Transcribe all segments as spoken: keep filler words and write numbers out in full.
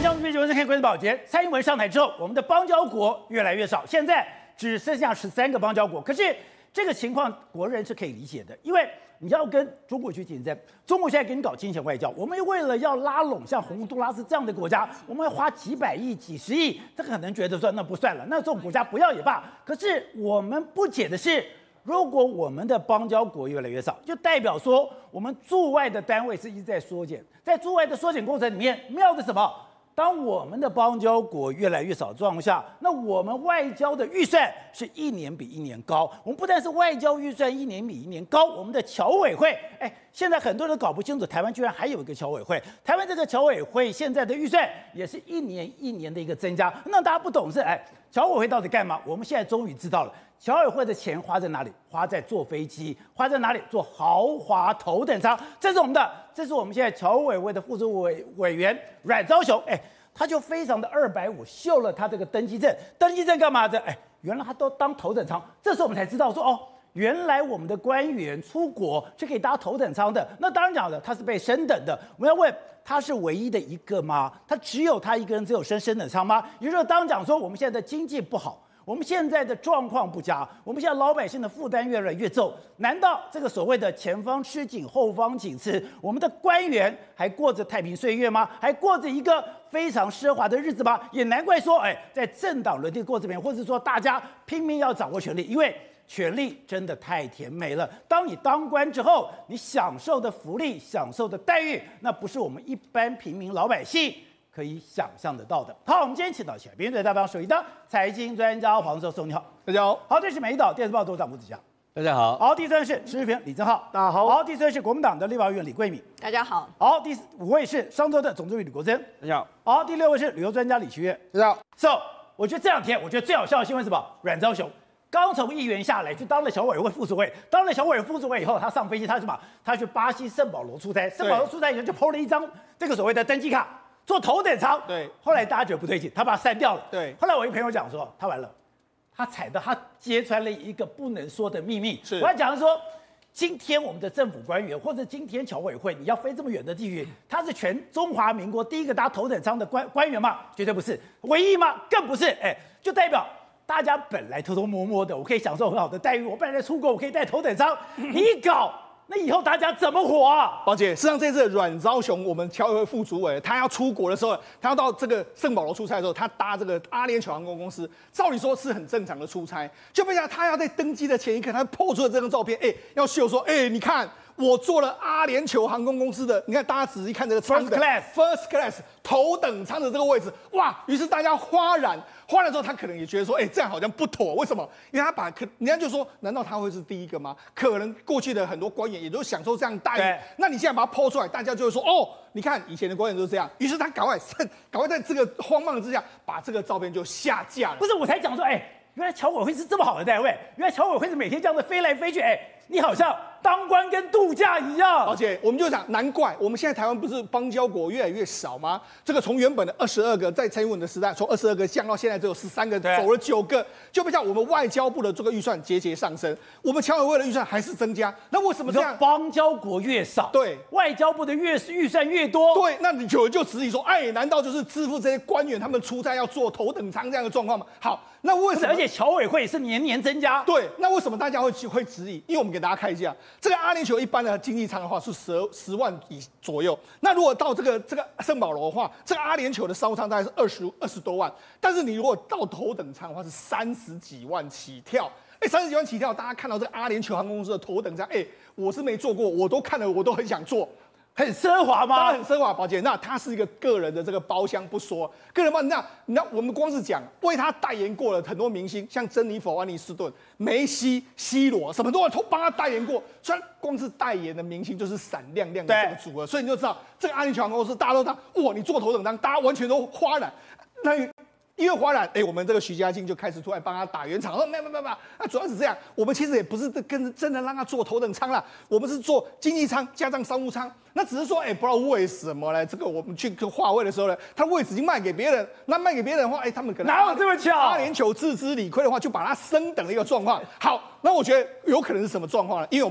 上追求是看关键保洁。蔡英文上台之后，我们的邦交国越来越少，现在只剩下十三个邦交国。可是这个情况，国人是可以理解的，因为你要跟中国去竞争，中国现在给你搞金钱外交，我们为了要拉拢像洪都拉斯这样的国家，我们要花几百亿、几十亿，这可能觉得说那不算了，那这种国家不要也罢。可是我们不解的是，如果我们的邦交国越来越少，就代表说我们驻外的单位是一直在缩减，在驻外的缩减过程里面，妙的什么？当我们的邦交国越来越少的状况下，那我们外交的预算是一年比一年高。我们不但是外交预算一年比一年高，我们的侨委会，哎，现在很多人搞不清楚，台湾居然还有一个侨委会。台湾这个侨委会现在的预算也是一年一年的一个增加。那大家不懂是，哎，侨委会到底干嘛？我们现在终于知道了，侨委会的钱花在哪里？花在坐飞机，花在哪里？坐豪华头等舱。这是我们的。这是我们现在侨委会的副主委委员阮昭雄，哎，他就非常的二百五，秀了他这个登机证，登机证干嘛的？哎，原来他都当头等舱，这时候我们才知道说，哦，原来我们的官员出国是可以搭头等舱的。那当然讲的，他是被升等的。我们要问，他是唯一的一个吗？他只有他一个人只有升升等舱吗？也就是说，当讲说我们现在的经济不好。我们现在的状况不佳，我们现在老百姓的负担越来越重，难道这个所谓的前方吃紧后方紧吃，我们的官员还过着太平岁月吗？还过着一个非常奢华的日子吗？也难怪说，哎，在政党轮替过程里面，或者说大家拼命要掌握权力，因为权力真的太甜美了。当你当官之后，你享受的福利、享受的待遇，那不是我们一般平民老百姓可以想象得到的。好，我们今天请到起来，别人对大方手一的财经专家黄寿松，你好， 大家好。 好，这是《美丽岛电视报》董事长吴子佳， 大家好。 好，第三位是时事评李正浩， 大家好。 好，第四位是国民党的立法委员李桂敏， 大家好。 好，第五位是商周的总经理吕国珍， 大家好。 好，第六位是旅游专家李奇岳， 大家好。 So， 我觉得这两天我觉得最好笑的新闻是什么？阮昭雄刚从议员下来，就当了侨委会副主委，当了侨委会副主委以后，他上飞机，他什么？他去巴西圣保罗出差，圣保罗出差以后就 po 了一张这个所谓的登机卡。坐头等舱， 对。 后来大家觉得不对劲，他把它删掉了。 对。 后来我一朋友讲说，他完了，他踩到他揭穿了一个不能说的秘密。 是。 我要讲的说，今天我们的政府官员或者今天侨委会，你要飞这么远的地区，他是全中华民国第一个搭头等舱的官官员吗？绝对不是。唯一吗？更不是。哎，就代表大家本来偷偷摸摸的，我可以享受很好的待遇，我本来在出国，我可以带头等舱，你一搞。那以后大家怎么活啊？ 宝姐，事实上这次阮昭雄，我们侨委会副主委，他要出国的时候，他要到这个圣保罗出差的时候，他搭这个阿联酋航空公司，照理说是很正常的出差，就没想到他要在登机的前一刻，他po出了这张照片，哎，要秀说，哎，你看我坐了阿联酋航空公司的，你看大家仔细看这个舱的 First class First Class 头等舱的这个位置，哇！于是大家哗然。换了之后，他可能也觉得说，哎、欸，这样好像不妥。为什么？因为他把可，人家就说，难道他会是第一个吗？可能过去的很多官员也都享受这样待遇。那你现在把它抛出来，大家就会说，哦，你看以前的官员都是这样。于是他赶快趁，赶快在这个慌忙之下，把这个照片就下架了。 不是，我才讲说，哎、欸，原来侨委会是这么好的单位，原来侨委会是每天这样的飞来飞去，哎、欸，你好像当官跟度假一样。 而且我们就讲，难怪我们现在台湾不是邦交国越来越少吗？这个从原本的二十二个，在蔡英文的时代，从二十二个降到现在只有十三个，走了九个，就不像我们外交部的这个预算节节上升，我们侨委会的预算还是增加。那为什么这样？ 邦交国越少， 对， 外交部的越预算越多， 对，那你有人就质疑说，哎，难道就是支付这些官员他们出差要坐头等舱这样的状况吗？好。那为什么？ 而且侨委会是年年增加。 对，那为什么大家会会质疑？因为我们给大家看一下，这个阿联酋一般的经济舱的话是十十万以左右。那如果到这个这个圣保罗的话，这个阿联酋的商务舱大概是二十二十多万。但是你如果到头等舱的话是三十几万起跳。哎，三十几万起跳，大家看到这个阿联酋航空公司的头等舱，哎，我是没坐过，我都看了，我都很想坐。 很奢华吗？ 当然很奢华，宝姐。那它是一个个人的这个包厢不说，个人包那那我们光是讲为他代言过了很多明星，像珍妮佛·安妮斯顿、梅西、C 罗，什么都都帮他代言过。虽然光是代言的明星就是闪亮亮的这个组合，所以你就知道这个阿联酋航空公司大家都当哇，你坐头等舱，大家完全都哗然。那因为哗然，哎，我们这个徐家劲就开始出来帮他打圆场，说没有没有没有，那主要是这样，我们其实也不是跟真的让他坐头等舱啦，我们是坐经济舱加上商务舱。那只是说，哎、欸，不知道为什么呢？这个我们去划位的时候呢，他位置已经卖给别人，那卖给别人的话，哎、欸，他们可能哪有这么巧？ 阿联酋自知理亏的话，就把它升等的一个状况。好，那我觉得有可能是什么状况呢？因为我们知道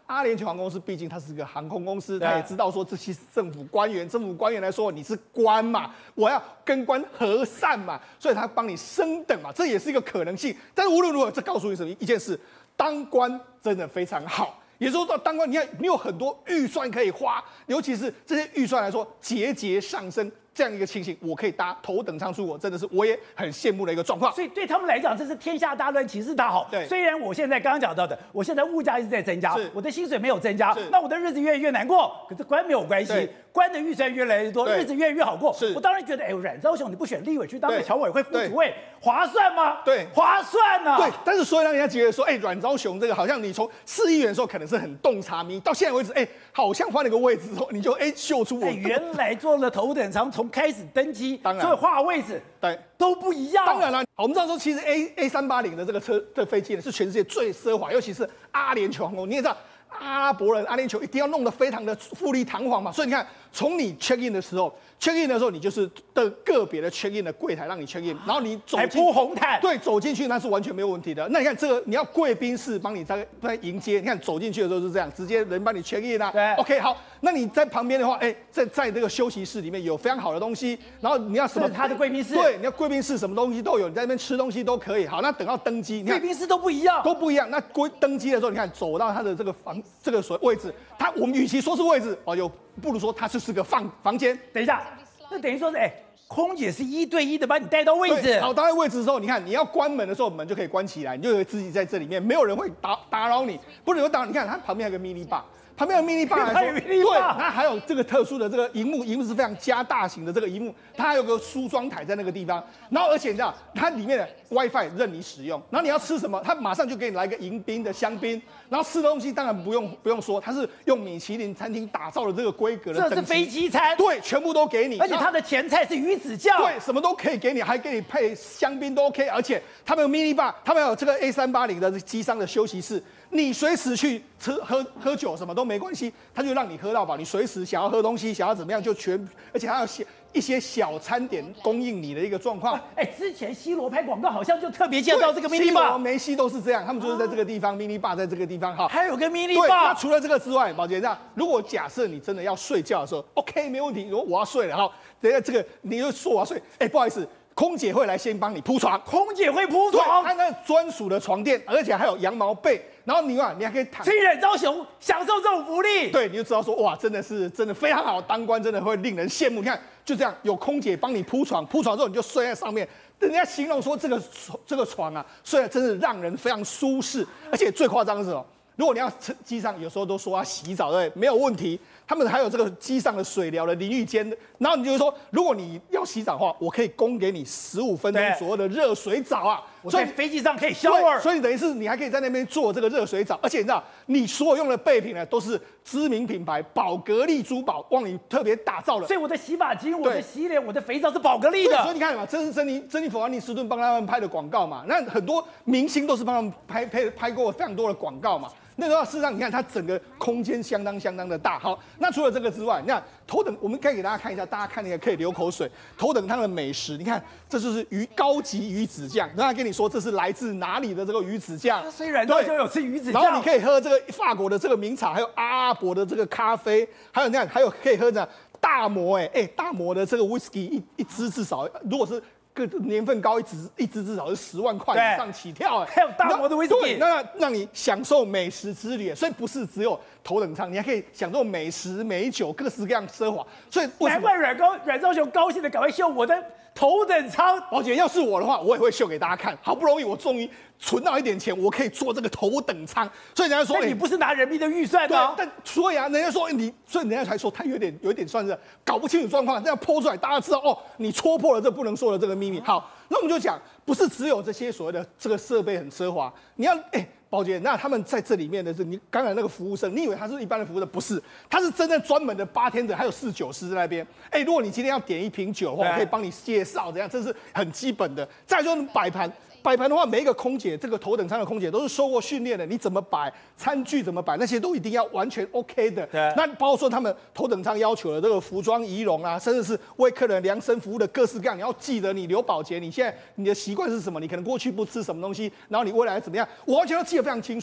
阿联酋航空公司毕竟它是个航空公司，他也知道说这些是政府官员，政府官员来说你是官嘛，我要跟官和善嘛，所以他帮你升等嘛，这也是一个可能性。但是无论如何，这告诉你什么一件事，当官真的非常好。也就是说，当官你看你有很多预算可以花，尤其是这些预算来说节节上升。这样一个情形，我可以搭头等舱出国，真的是我也很羡慕的一个状况。 所以对他们来讲，这是天下大乱，其势大好。 对， 虽然我现在刚刚讲到的，我现在物价一直在增加，我的薪水没有增加，那我的日子越来越难过。可是官没有关系，官的预算越来越多，日子越来越好过。我当然觉得，哎，阮昭雄你不选立委去当个侨委会副主委，划算吗？ 对， 划算呢、啊。 对，但是所以让人家觉得说，哎，阮昭雄这个好像你从市议员的时候可能是很洞察民意，到现在为止，哎，好像换了个位置之后，你就哎秀出我、 哎、原来做了头等舱，从开始登机。 当然， 所以画位置对都不一样。 当然了，好，我们知道说，其实 A A 三八零的这个车的飞机呢，是全世界最奢华，尤其是阿联酋航空，你也知道。阿拉伯人、阿联酋一定要弄得非常的富丽堂皇嘛，所以你看，从你 check in 的时候 ，check in 的时候，你就是的个别的 check in 的柜台让你 check in， 然后你走进还铺红毯， 对，走进去那是完全没有问题的。那你看这个，你要贵宾室帮你在在迎接，你看走进去的时候是这样，直接人帮你 check in 啊。 对 ，OK， 好，那你在旁边的话，哎，在在这个休息室里面有非常好的东西，然后你要什么？ 他的贵宾室， 对，你要贵宾室什么东西都有，你在那边吃东西都可以。好，那等到登机， 贵宾室都不一样， 都不一样。那归登机的时候，你看走到他的这个房这个所位置。它我们与其说是位置哦，有不如说它就是个房房间。 等一下，那等于说是哎，空姐是一对一的把你带到位置。 好，到在位置之后，你看你要关门的时候，门就可以关起来，你就可以自己在这里面，没有人会打打扰你，不能有打扰。你看它旁边还有个 mini bar。旁边的 mini bar 来说，对，它还有这个特殊的这个荧幕，荧幕是非常加大型的这个荧幕，它还有个梳妆台在那个地方，然后而且你知道它里面的 WiFi 任你使用，然后你要吃什么，它马上就给你来个迎宾的香槟，然后吃的东西当然不用不用说，它是用米其林餐厅打造的这个规格的等级， 这是飞机餐， 对，全部都给你， 而且它的前菜是鱼子酱， 对，什么都可以给你，还给你配香槟都 OK， 而且他们有 mini bar， 他们有这个 A 三八零的机上的休息室。你随时去吃喝喝酒什么都没关系，他就让你喝到饱。你随时想要喝东西，想要怎么样就全，而且还有些一些小餐点供应你的一个状况。 哎、啊，之前 C 罗拍广告好像就特别介绍这个 mini bar， 梅西都是这样，他们就是在这个地方、啊、mini bar 在这个地方哈。 还有个 mini bar。 那除了这个之外，宝杰这样，如果假设你真的要睡觉的时候 ，OK 没问题。如果我要睡了哈，等下这个你就说我要睡，哎、欸，不好意思。空姐会来先帮你铺床， 空姐会铺床， 它那专属的床垫，而且还有羊毛被，然后你啊，你还可以躺。 亲阮昭雄享受这种福利， 对，你就知道说哇，真的是真的非常好，当官真的会令人羡慕。你看，就这样有空姐帮你铺床，铺床之后你就睡在上面。人家形容说这个这个床啊，睡得真是让人非常舒适，而且最夸张的是什么？如果你要机上有时候都说要洗澡，对不对？没有问题。他们还有这个机上的水疗的淋浴间，然后你就说，如果你要洗澡的话，我可以供给你十五分钟左右的热水澡啊。 我在飞机上可以shower， 所以等于是你还可以在那边做这个热水澡，而且你知道，你所有用的备品呢，都是知名品牌宝格丽珠宝帮你特别打造的。 所以我的洗发精、我的洗脸、我的肥皂是宝格丽的。 所以你看嘛，这是珍妮珍妮佛·安妮斯顿帮他们拍的广告嘛，那很多明星都是帮他们拍拍拍过非常多的广告嘛。那个事实上，你看它整个空间相当相当的大。好，那除了这个之外，你看头等，我们可以给大家看一下，大家看那个可以流口水。头等舱的美食，你看这就是鱼高级鱼子酱，然后跟你说这是来自哪里的这个鱼子酱。 虽然都有吃鱼子酱， 然后你可以喝这个法国的这个名茶，还有阿拉伯的这个咖啡，还有你看还有可以喝这大摩哎哎大摩的这个 whisky 一一支至少，如果是个年份高一支一支至少是十万块以上起跳哎， 还有大摩的威士忌， 那让你享受美食之旅，所以不是只有头等舱，你还可以享受美食美酒各式各样奢华。所以难怪阮高阮昭雄高兴的赶快秀我的头等舱。 宝姐，要是我的话，我也会秀给大家看。好不容易我终于存到一点钱，我可以坐这个头等舱。所以人家说， 你不是拿人民的预算吗？但所以啊，人家说你，所以人家才说他有点有点算是搞不清楚状况，这样剖出来，大家知道哦，你戳破了这不能说的这个秘密。好，那我们就讲，不是只有这些所谓的这个设备很奢华，你要哎。宝姐，那他们在这里面的是你刚才那个服务生，你以为他是一般的服务生？不是，他是真正专门的八天的，还有侍酒师在那边。哎，如果你今天要点一瓶酒的话，我可以帮你介绍，怎样？这是很基本的。再就是摆盘。摆盘的话，每一个空姐，这个头等舱的空姐都是受过训练的，你怎么摆，餐具怎么摆，那些都一定要完全 OK 的。那包括说他们头等舱要求的这个服装仪容啊，甚至是为客人量身服务的各式各样，你要记得你刘宝杰，你现在你的习惯是什么？你可能过去不吃什么东西，然后你未来怎么样，我完全都记得非常清楚。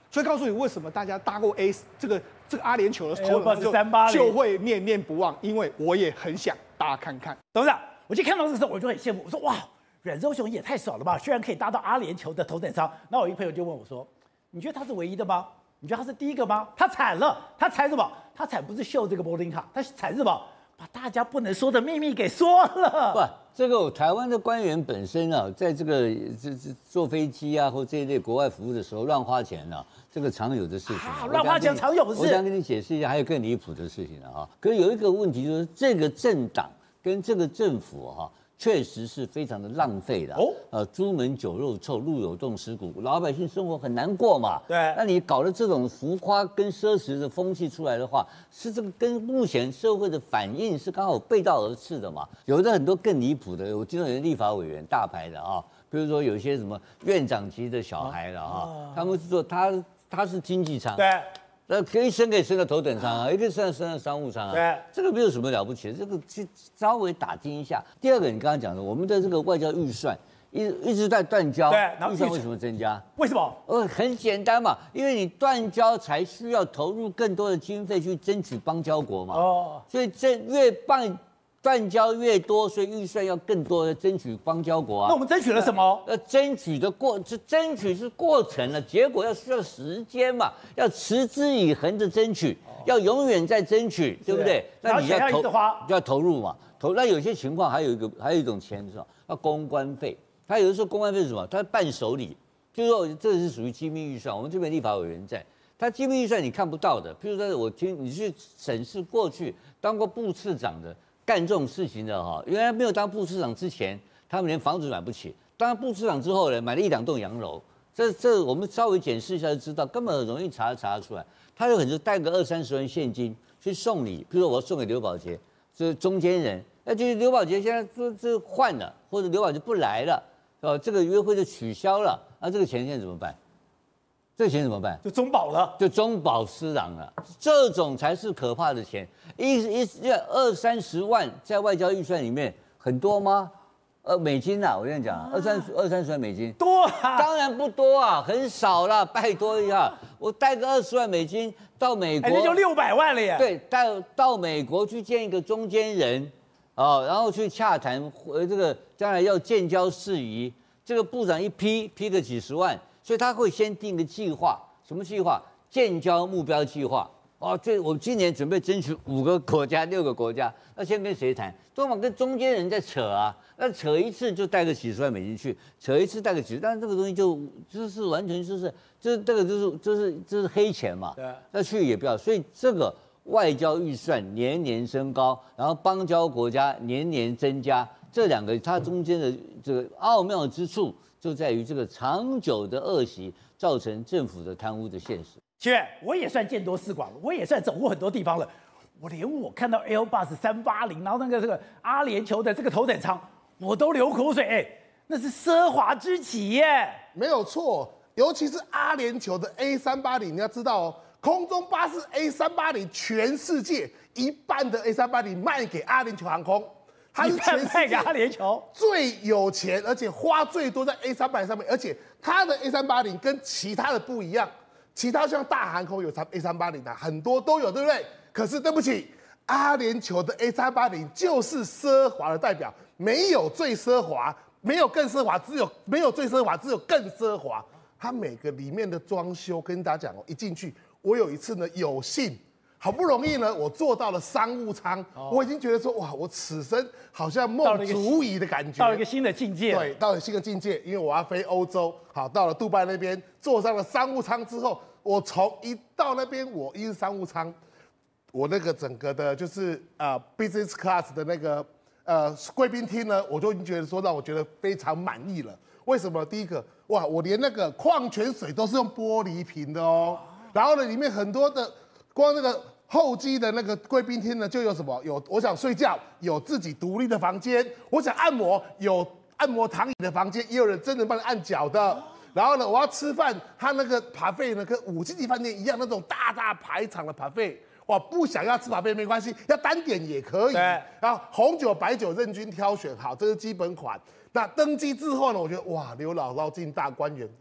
所以告诉你为什么大家搭过 A 这个这个阿联酋的头等舱就就会念念不忘，因为我也很想搭看看。 董事长，我去看到这个时候我就很羡慕，我说哇，阮昭雄也太少了吧，居然可以搭到阿联酋的头等舱。那我一朋友就问我说，你觉得他是唯一的吗？你觉得他是第一个吗？他惨了，他惨什么？他惨不是秀这个柏林卡，他惨什么？把大家不能说的秘密给说了。 不，这个台湾的官员本身啊，在这个这这坐飞机啊或这一类国外服务的时候乱花钱啊，这个常有的事情、啊。 乱花钱常有的事。 我想跟你解释一下，还有更离谱的事情啊。可是有一个问题就是，这个政党跟这个政府哈、啊。确实是非常的浪费的哦，呃，朱门酒肉臭，路有冻死骨，老百姓生活很难过嘛。 对， 那你搞了这种浮夸跟奢侈的风气出来的话，是这个跟目前社会的反应是刚好背道而驰的嘛。有的很多更离谱的，我听到有立法委员大牌的啊，比如说有些什么院长级的小孩了啊，哦、他们是说他他是经济舱。 对。 那可以升可以升到头等舱啊，也可以升到升到商务舱啊。 对， 这个没有什么了不起的，这个去稍微打听一下。第二个，你刚刚讲的，我们的这个外交预算一一直在断交， 对， 预算为什么增加？ 为什么？ 呃，很简单嘛，因为你断交才需要投入更多的经费去争取邦交国嘛。哦，所以这越办。断交越多，所以预算要更多的争取邦交国啊。 那我们争取了什么？ 呃，争取的过，这争取是过程了，结果要需要时间嘛，要持之以恒的争取，哦、要永远在争取，对不对？那你要投，要投入嘛，投。那有些情况还有一个，还有一种钱是吧？要公关费。他有的时候公关费是什么？他伴手礼，就是说这是属于机密预算。我们这边立法委员在，他机密预算你看不到的。譬如说，我听你去审视过去当过部次长的。干这种事情的哈，原来没有当部次长之前，他们连房子买不起；当部次长之后呢，买了一两栋洋楼。这这我们稍微检视一下就知道，根本很容易查查得出来。他有很多带个二三十万现金去送礼，比如说我要送给刘宝杰，这中间人，那就是刘宝杰现在这这换了，或者刘宝杰不来了，哦，这个约会就取消了，那这个钱现在怎么办？这钱怎么办？ 就中饱了， 就中饱私囊了。这种才是可怕的钱，一一二三十万在外交预算里面很多吗？呃，美金啊，我跟你讲，二三二三十万美金多啊， 当然不多啊，很少啦，拜托一下，我带个二十万美金到美国， 哎，那就六百万了耶。 对，带到美国去见一个中间人，哦，然后去洽谈，呃，这个将来要建交事宜，这个部长一批批个几十万。所以他会先定个计划，什么计划？建交目标计划。哦，这我今年准备争取五个国家、六个国家，那先跟谁谈？多嘛跟中间人在扯啊，那扯一次就带个几十万美金去，扯一次带个几十，但是这个东西就就是完全就是就是这个就是就是就是黑钱嘛。对。那去也不要，所以这个外交预算年年升高，然后邦交国家年年增加，这两个它中间的这个奥妙之处。就在于这个长久的恶习造成政府的贪污的现实。 七月，我也算见多识广了，我也算走过很多地方了。我连我看到 Airbus 三八零，然后那个这个阿联酋的这个头等舱，我都流口水。哎，那是奢华之极耶！ 没有错，尤其是阿联酋的 A 三八零，你要知道哦，空中巴士 A 三八零，全世界一半的 A 三八零卖给阿联酋航空。 它是全卖给阿联酋最有钱，而且花最多在 A 三八零上面，而且它的 A 三八零跟其他的不一样，其他像大航空有 A 三八零的很多都有，对不对？可是对不起，阿联酋的 A 三八零就是奢华的代表，没有最奢华，没有更奢华，只有没有最奢华，只有更奢华。它每个里面的装修，跟大家讲哦，一进去，我有一次呢有幸。好不容易呢，我坐到了商务舱，哦、我已经觉得说，哇，我此生好像梦足矣的感觉， 到了一个新的境界。 对，到了新的境界，因为我要飞欧洲，好，到了杜拜那边，坐上了商务舱之后，我从一到那边，我因为商务舱，我那个整个的就是呃 business class 的那个呃贵宾厅呢，我就已经觉得说让我觉得非常满意了。为什么？第一个，哇，我连那个矿泉水都是用玻璃瓶的哦，然后呢，里面很多的。光那个候机的那个贵宾厅呢，就有什么？有我想睡觉，有自己独立的房间；我想按摩，有按摩躺椅的房间，也有人真的帮你按脚的。然后呢，我要吃饭，他那个buffet呢，跟五星级饭店一样，那种大大排场的buffet。哇，不想要吃buffet没关系，要单点也可以。然后红酒、白酒任君挑选，好，这是基本款。那登机之后呢，我觉得哇，刘姥姥进大观园，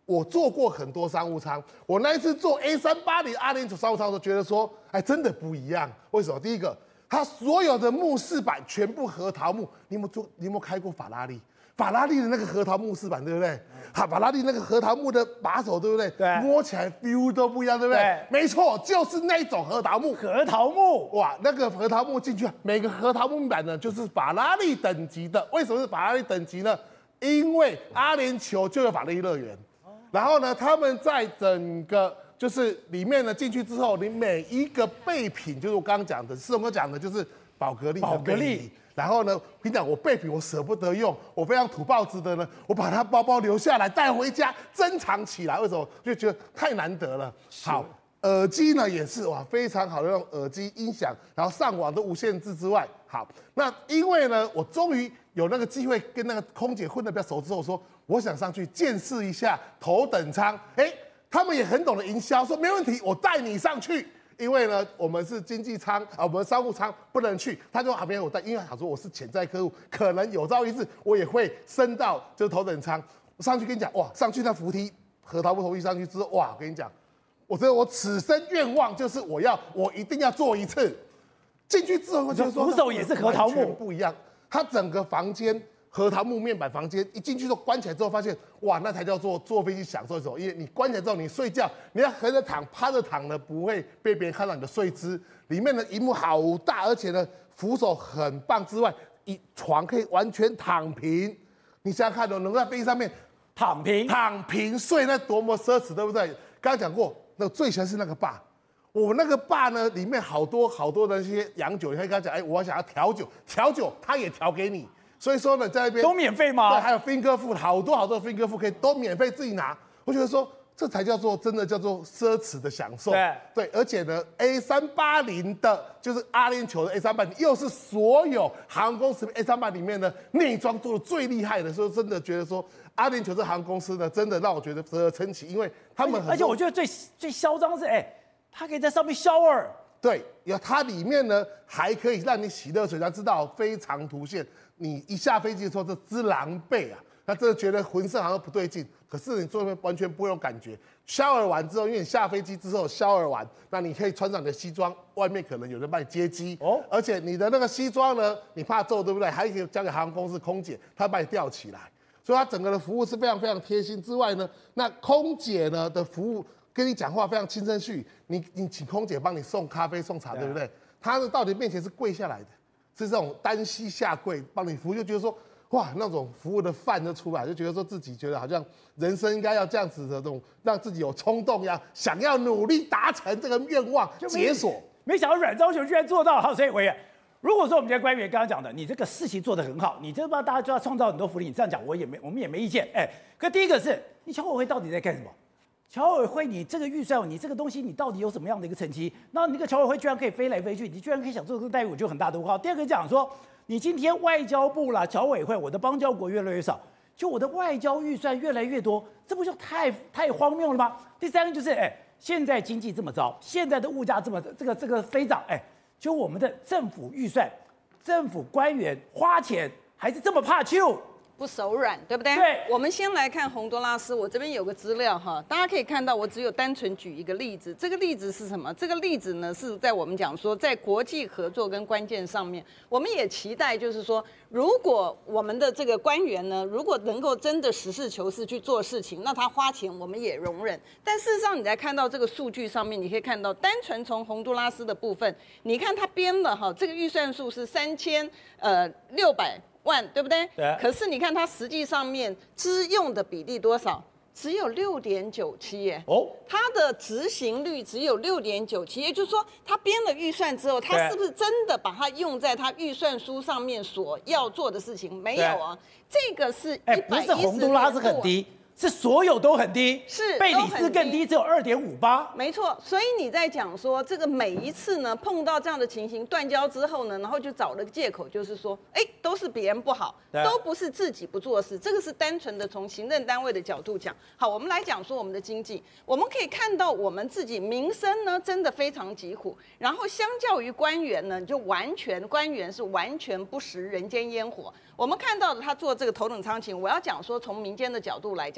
我做过很多商务舱，我那一次做 A 三八零阿联酋商务舱的时候，觉得说，哎，真的不一样。为什么？第一个，它所有的木饰板全部核桃木。你有没有做？你有没有开过法拉利？法拉利的那个核桃木饰板，对不对？好，法拉利那个核桃木的把手，对不对？ 对， 摸起来 feel 都不一样，对不对？ 对， 没错，就是那种核桃木。 核桃木， 哇，那个核桃木进去，每个核桃木板呢，就是法拉利等级的。为什么是法拉利等级呢？因为阿联酋就有法拉利乐园，然后呢，他们在整个就是里面呢进去之后，你每一个备品，就是我刚刚讲的，是我们讲的，就是宝格丽。 宝格丽。 然后呢，我跟你讲，我备品我舍不得用，我非常土包子的呢，我把它包包留下来带回家珍藏起来。为什么？就觉得太难得了。好，耳机呢也是哇，非常好的那种耳机音响，然后上网都无限制之外。好，那因为呢，我终于有那个机会跟那个空姐混得比较熟之后，说我想上去见识一下头等舱。哎，他们也很懂得营销，说没问题，我带你上去。因为呢，我们是经济舱啊，我们商务舱不能去。他说旁边我带，因为他说我是潜在客户，可能有朝一日我也会升到就是头等舱。我上去跟你讲，哇，上去那扶梯，核桃木头梯上去之后，哇，我跟你讲，我觉得我此生愿望就是我要，我一定要做一次。进去之后，我觉得说扶手也是核桃木， 不一样。它整个房间。核桃木面板房间一进去之后关起来之后，发现哇，那才叫做坐飞机享受一种。因为你关起来之后，你睡觉你要横着躺、趴着躺呢，不会被别人看到你的睡姿。里面的萤幕好大，而且呢扶手很棒之外，一床可以完全躺平。你想想看哦，能在飞机上面躺平、 躺平睡，那多么奢侈，对不对？刚刚讲过，那最喜欢是那个坝。我那个坝呢，里面好多好多的那些洋酒，你可以跟他讲，哎，我想要调酒，调酒他也调给你。所以说呢，在那边都免费吗？ 对，还有 finger food， 好多好多 finger food 可以都免费自己拿。我觉得说这才叫做真的叫做奢侈的享受。 对对，而且呢 ，A 三八零的就是阿联酋的 A 三八零，又是所有航空公司 A 三八零里面的内装做的最厉害的。所以真的觉得说阿联酋这航空公司呢，真的让我觉得值得称奇，因为他们很而且我觉得最最嚣张是，哎，它可以在上面 shower。 对，有它里面呢还可以让你洗热水，它知道非常图线。你一下飞机的时候，这之狼狈啊，那真的觉得浑身好像不对劲。可是你坐那边完全不会有感觉。shower 完之后，因为你下飞机之后 shower 完，那你可以穿上你的西装，外面可能有人帮你接机哦。而且你的那个西装呢，你怕皱对不对？还可以交给航空公司空姐，她帮你吊起来。所以它整个的服务是非常非常贴心之外呢，那空姐呢的服务跟你讲话非常轻声细语。你你请空姐帮你送咖啡送茶，对不对？她呢到你面前是跪下来的。是这种单膝下跪帮你服务，就觉得说哇，那种服务的范就出来，就觉得说自己觉得好像人生应该要这样子的这种，让自己有冲动呀，想要努力达成这个愿望解锁。 没想到阮昭雄居然做到。好，所以委员，如果说我们今天官员刚刚讲的，你这个事情做得很好，你这帮大家就要创造很多福利，你这样讲我也没我们也没意见。哎，可第一个是你侨委会到底在干什么？侨委会，你这个预算，你这个东西，你到底有什么样的一个成绩？那你这个侨委会居然可以飞来飞去，你居然可以享受这个待遇，我就很大的问号。第二个讲说，你今天外交部啦、侨委会，我的邦交国越来越少，就我的外交预算越来越多，这不就太太荒谬了吗？第三个就是，哎，现在经济这么糟，现在的物价这么这个这个飞涨，哎，就我们的政府预算、政府官员花钱还是这么怕揪。 不手软，对不对？ 对， 我们先来看洪都拉斯，我这边有个资料哈，大家可以看到，我只有单纯举一个例子。这个例子是什么？这个例子呢是在我们讲说，在国际合作跟关键上面，我们也期待就是说，如果我们的这个官员呢，如果能够真的实事求是去做事情，那他花钱我们也容忍。但事实上，你在看到这个数据上面，你可以看到，单纯从洪都拉斯的部分，你看他编了哈，这个预算数是三千呃六百。万对不对？ 对。 可是你看它实际上面支用的比例多少？只有六点九七耶。哦。它的执行率只有六点九七，也就是说，他编了预算之后，他是不是真的把它用在他预算书上面所要做的事情？没有啊。这个是哎，不是洪都拉斯很低。是所有都很低， 是贝里斯更低，只有二点五八。 没错，所以你在讲说这个每一次呢碰到这样的情形断交之后呢，然后就找了个借口，就是说，哎，都是别人不好，都不是自己不做事，这个是单纯的从行政单位的角度讲。好，我们来讲说我们的经济，我们可以看到我们自己民生呢真的非常疾苦，然后相较于官员呢，就完全官员是完全不食人间烟火。我们看到的他做这个头等舱勤，我要讲说从民间的角度来讲。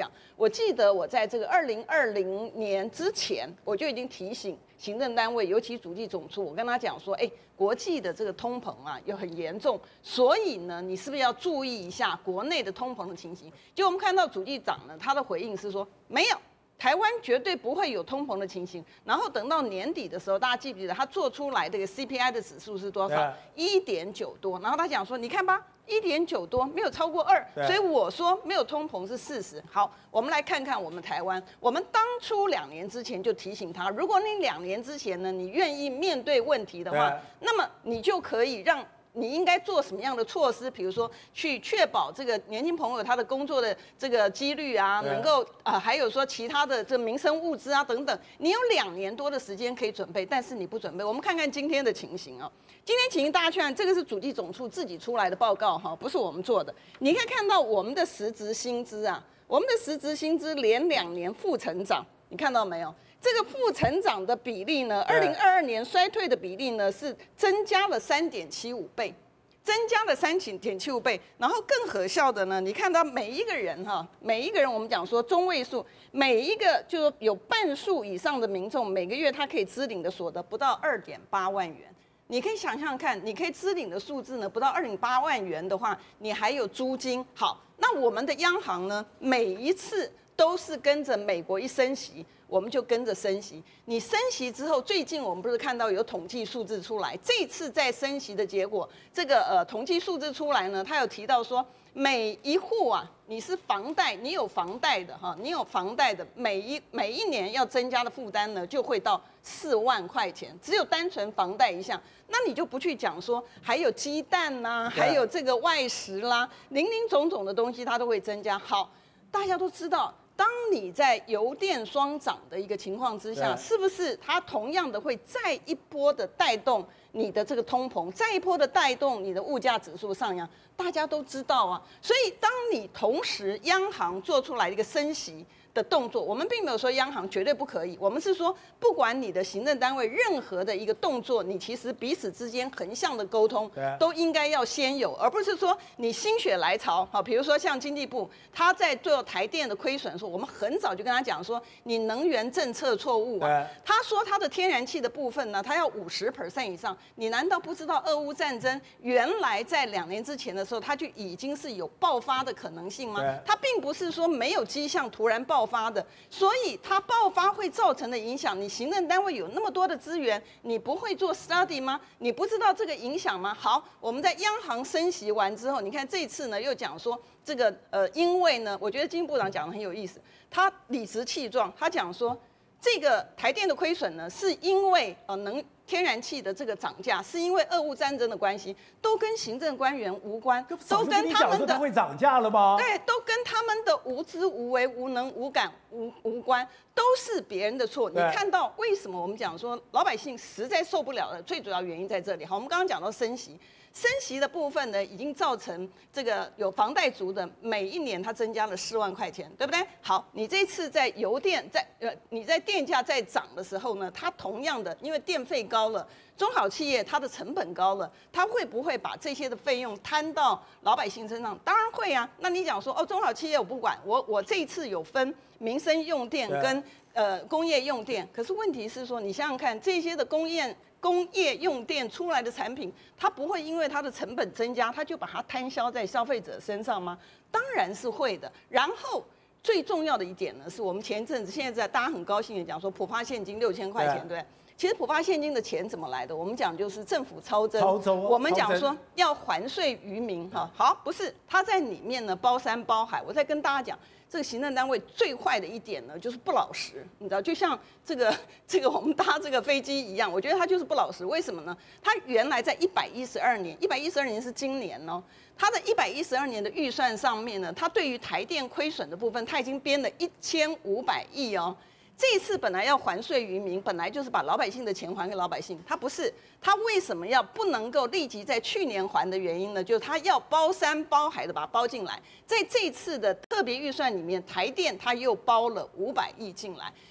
讲，我记得我在这个二零二零年之前，我就已经提醒行政单位，尤其主计总处，我跟他讲说，哎，国际的这个通膨啊，又很严重，所以呢，你是不是要注意一下国内的通膨的情形？就我们看到主计长呢，他的回应是说，没有。台湾绝对不会有通膨的情形，然后等到年底的时候，大家记不记得他做出来这个 C P I 的指数是多少？一点九多。然后他讲说，你看吧，一点九多，没有超过二，所以我说没有通膨是事实。好，我们来看看我们台湾，我们当初两年之前就提醒他，如果你两年之前呢，你愿意面对问题的话，那么你就可以让。你应该做什么样的措施？比如说，去确保这个年轻朋友他的工作的这个几率啊，能够啊、呃，还有说其他的这民生物资啊等等，你有两年多的时间可以准备，但是你不准备。我们看看今天的情形啊，今天情形大家去看，这个是主计总处自己出来的报告哈，不是我们做的。你可以看到我们的实质薪资啊，我们的实质薪资连两年负成长，你看到没有？这个负成长的比例呢，二零二二年衰退的比例呢是增加了三点七五倍，增加了三点七五倍。然后更可笑的呢，你看到每一个人哈，每一个人我们讲说中位数，每一个就是有半数以上的民众，每个月他可以支领的所得不到二点八万元。你可以想象看，你可以支领的数字呢不到二点八万元的话，你还有租金。好，那我们的央行呢，每一次都是跟着美国一升息，我们就跟着升息。你升息之后，最近我们不是看到有统计数字出来，这次在升息的结果，这个呃统计数字出来呢，他有提到说，每一户啊，你是房贷，你有房贷的哈，你有房贷的，每一每一年要增加的负担呢，就会到四万块钱，只有单纯房贷一项，那你就不去讲说还有鸡蛋呐、啊，还有这个外食啦，林林总总的东西它都会增加。好，大家都知道。当你在油电双涨的一个情况之下，是不是它同样的会再一波的带动你的这个通膨，再一波的带动你的物价指数上扬？大家都知道啊。所以当你同时央行做出来一个升息的动作，我们并没有说央行绝对不可以，我们是说不管你的行政单位任何的一个动作，你其实彼此之间横向的沟通都应该要先有，而不是说你心血来潮。好，比如说像经济部他在做台电的亏损的时候，我们很早就跟他讲说你能源政策错误啊。他说他的天然气的部分呢，他要五十 percent 以上，你难道不知道俄乌战争原来在两年之前的时候，它就已经是有爆发的可能性吗？它并不是说没有迹象突然爆发的，所以它爆发会造成的影响，你行政单位有那么多的资源，你不会做 study 吗？你不知道这个影响吗？好，我们在央行升息完之后，你看这次呢又讲说这个呃，因为呢，我觉得经济部长讲的很有意思，他理直气壮，他讲说这个台电的亏损呢，是因为呃能。天然气的这个涨价是因为俄乌战争的关系，都跟行政官员无关，都跟他们的会涨价了吗？ 对，都跟他们的无知无为、无能无感无无关，都是别人的错。你看到为什么我们讲说老百姓实在受不了了？最主要原因在这里。好，我们刚刚讲到升息。升息的部分呢，已经造成这个有房贷族的每一年它增加了四万块钱，对不对？好，你这次在油电在呃你在电价在涨的时候呢，它同样的因为电费高了，中小企业它的成本高了，它会不会把这些的费用摊到老百姓身上？当然会啊。那你讲说哦，中小企业我不管，我我这一次有分民生用电跟呃工业用电，可是问题是说，你想想看，这些的工业。工业用电出来的产品，它不会因为它的成本增加，它就把它摊销在消费者身上吗？当然是会的。然后最重要的一点呢，是我们前一阵子，现在大家很高兴的讲说，普发现金六千块钱，对不对？其实普发现金的钱怎么来的？我们讲就是政府超征，我们讲说要还税于民，哈，好，不是，它在里面呢包山包海。我再跟大家讲。这个行政单位最坏的一点呢，就是不老实，你知道，就像这个这个我们搭这个飞机一样，我觉得它就是不老实。为什么呢？它原来在一百一十二年，一百一十二年是今年哦，它的一百一十二年的预算上面呢，它对于台电亏损的部分，它已经编了一千五百亿哦。这一次本来要还税于民，本来就是把老百姓的钱还给老百姓，他不是，他为什么要不能够立即在去年还的原因呢？就是他要包山包海的把它包进来，在这次的特别预算里面，台电他又包了五百亿进来，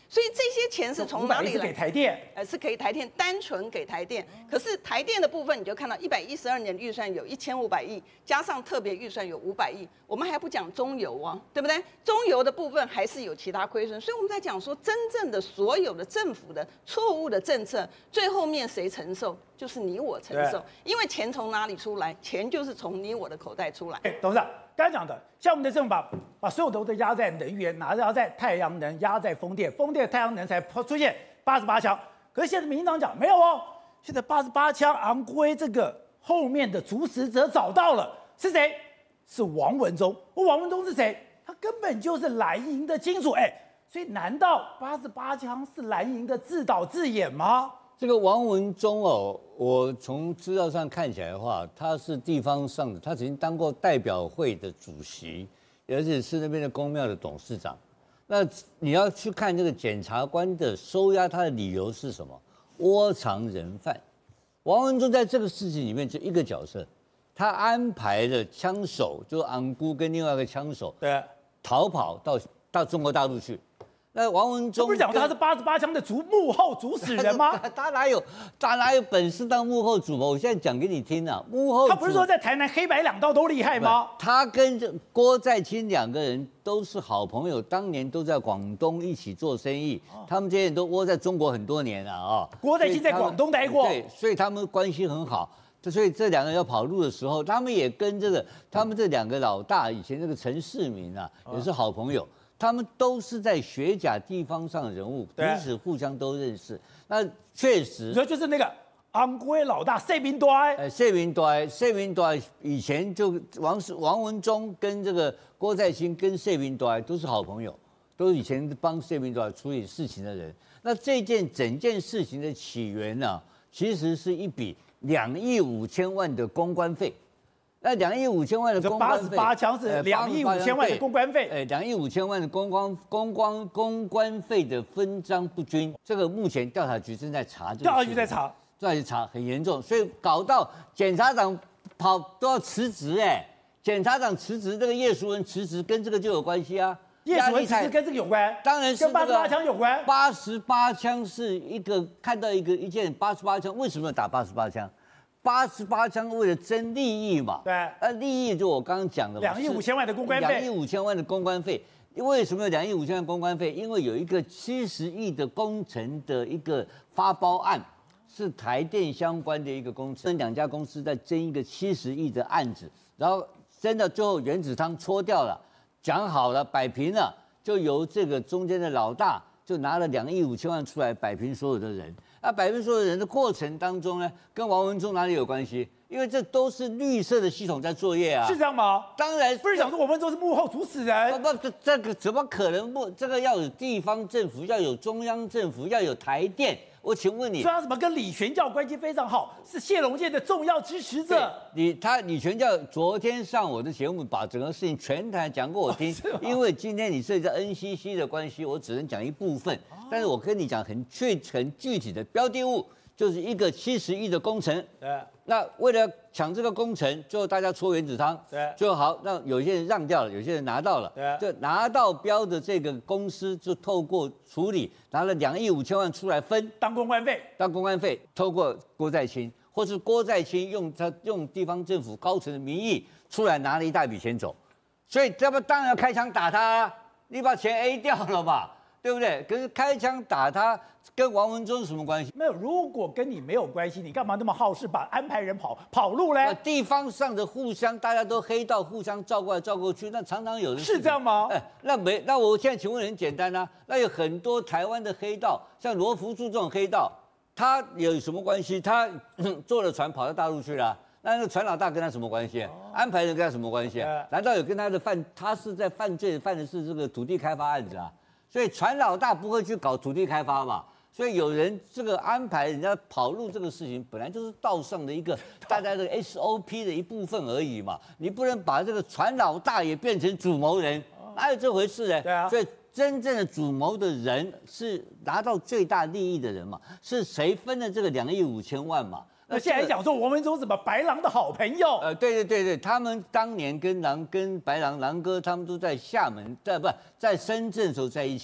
所以这些钱是从哪里来？ 给台电， 呃，是给台电，单纯给台电。可是台电的部分，你就看到一百一十二年预算有一千五百亿，加上特别预算有五百亿，我们还不讲中油啊，对不对？中油的部分还是有其他亏损，所以我们在讲说，真正的所有的政府的错误的政策，最后面谁承受？就是你我承受，因为钱从哪里出来？钱就是从你我的口袋出来。 董事长刚才讲的，像我们的政府把把所有都都压在能源，拿压在太阳能，压在风电，风电太阳能才出现八十八枪。可是现在民进党讲没有哦，现在八十八枪昂贵，这个后面的主使者找到了，是谁？是王文忠。王文忠是谁？他根本就是蓝营的金主，哎，所以难道八十八枪是蓝营的自导自演吗？ 这个王文忠哦，我从资料上看起来的话，他是地方上的，他曾经当过代表会的主席，而且是那边的公庙的董事长。那你要去看这个检察官的收押他的理由是什么？窝藏人犯。王文忠在这个事情里面就一个角色，他安排了枪手，就昂姑跟另外一个枪手， 对， 逃跑到到中国大陆去。那王文忠不是讲他是八十八枪的主幕后主使人吗？ 他哪有他哪有本事当幕后主谋？我现在讲给你听啊，幕后主他不是说在台南黑白两道都厉害吗？ 他跟这郭在清两个人都是好朋友，当年都在广东一起做生意，哦、他们这些人都窝在中国很多年了啊。 郭在清在广东待过， 对，所以他们关系很好。所以这两个人要跑路的时候，他们也跟这个他们这两个老大以前这个陈世民啊，也是好朋友。他们都是在学甲地方上的人物，彼此互相都认识。那确实， 所以就是那个昂贵老大谢明端， 呃，谢明端，谢明端以前就王王文忠跟这个郭在清跟谢明端都是好朋友，都是以前帮谢明端处理事情的人。那这件整件事情的起源呢、啊，其实是一笔两亿五千万的公关费。那两亿五千万的公关费， 八十八枪是两亿五千万的公关费， 哎，两亿五千万的公关公关公关费的分赃不均，这个目前调查局正在查， 调查局在查， 调查局查很严重，所以搞到检察长跑都要辞职，哎，检察长辞职，这个叶淑文辞职跟这个就有关系啊。 叶淑文辞职跟这个有关， 当然是跟八十八枪有关。 八十八枪是一个看到一个一件八十八枪，为什么要打八十八枪？八十八枪为了争利益嘛， 对， 呃，利益就我刚刚讲的， 两亿五千万的公关费， 两亿五千万的公关费，为什么有两亿五千万公关费？因为有一个七十亿的工程的一个发包案，是台电相关的一个工程，两家公司在争一个七十亿的案子，然后真的最后原子汤搓掉了，讲好了摆平了，就由这个中间的老大就拿了两亿五千万出来摆平所有的人。那摆平所有人的过程当中呢，跟王文忠哪里有关系？因为这都是绿色的系统在作业啊， 是这样吗？ 当然不是讲说王文忠是幕后主使人， 不不，这这个怎么可能不？这个要有地方政府，要有中央政府，要有台电。我请问你， 说他怎么跟李全教关系非常好，是谢龙介的重要支持者。 你他李全教昨天上我的节目，把整个事情全台讲给我听。哦、因为今天你涉及到 N C C 的关系，我只能讲一部分。哦、但是我跟你讲很确很具体的标的物，就是一个七十亿的工程。 对。 那为了抢这个工程，最后大家搓原子汤， 对， 最后好让有些人让掉了，有些人拿到了， 对， 就拿到标的这个公司就透过处理拿了两亿五千万出来分当公关费， 当公关费，透过郭在清，或是郭在清用他用地方政府高层的名义出来拿了一大笔钱走，所以这不当然要开枪打他啊，你把钱 A 掉了嘛，对不对？可是开枪打他。跟王文忠有什么关系？ 没有，如果跟你没有关系，你干嘛那么好事，把安排人跑跑路嘞？ 地方上的互相，大家都黑道互相照过来照过去，那常常有人是这样吗？ 哎，那没，那我现在请问很简单啊，那有很多台湾的黑道，像罗福柱这种黑道，他有什么关系？他坐了船跑到大陆去了，那那个船老大跟他什么关系？哦、安排人跟他什么关系？难道有跟他的犯？他是在犯罪，犯的是这个土地开发案子啊？所以船老大不会去搞土地开发嘛？所以有人这个安排人家跑路这个事情，本来就是道上的一个大家的 S O P 的一部分而已嘛。你不能把这个船老大也变成主谋人，哪有这回事呢？ 对啊。 所以真正的主谋的人是拿到最大利益的人嘛？是谁分的这个两亿五千万嘛？ 那现在讲说王文忠什么白狼的好朋友？ 呃，对对对对，他们当年跟狼跟白狼狼哥他们都在厦门，在不在深圳的时候在一起。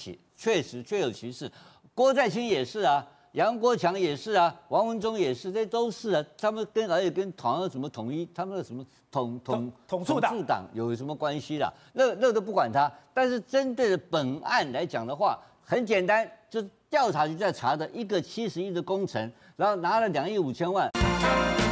确实确有其事。郭在清也是啊，杨国强也是啊，王文忠也是，这都是啊。他们跟而且跟好像什么统一，他们的什么统统统促党党有什么关系啦？那那都不管他。但是针对的本案来讲的话，很简单，就是调查局在查的一个七十亿的工程，然后拿了两亿五千万。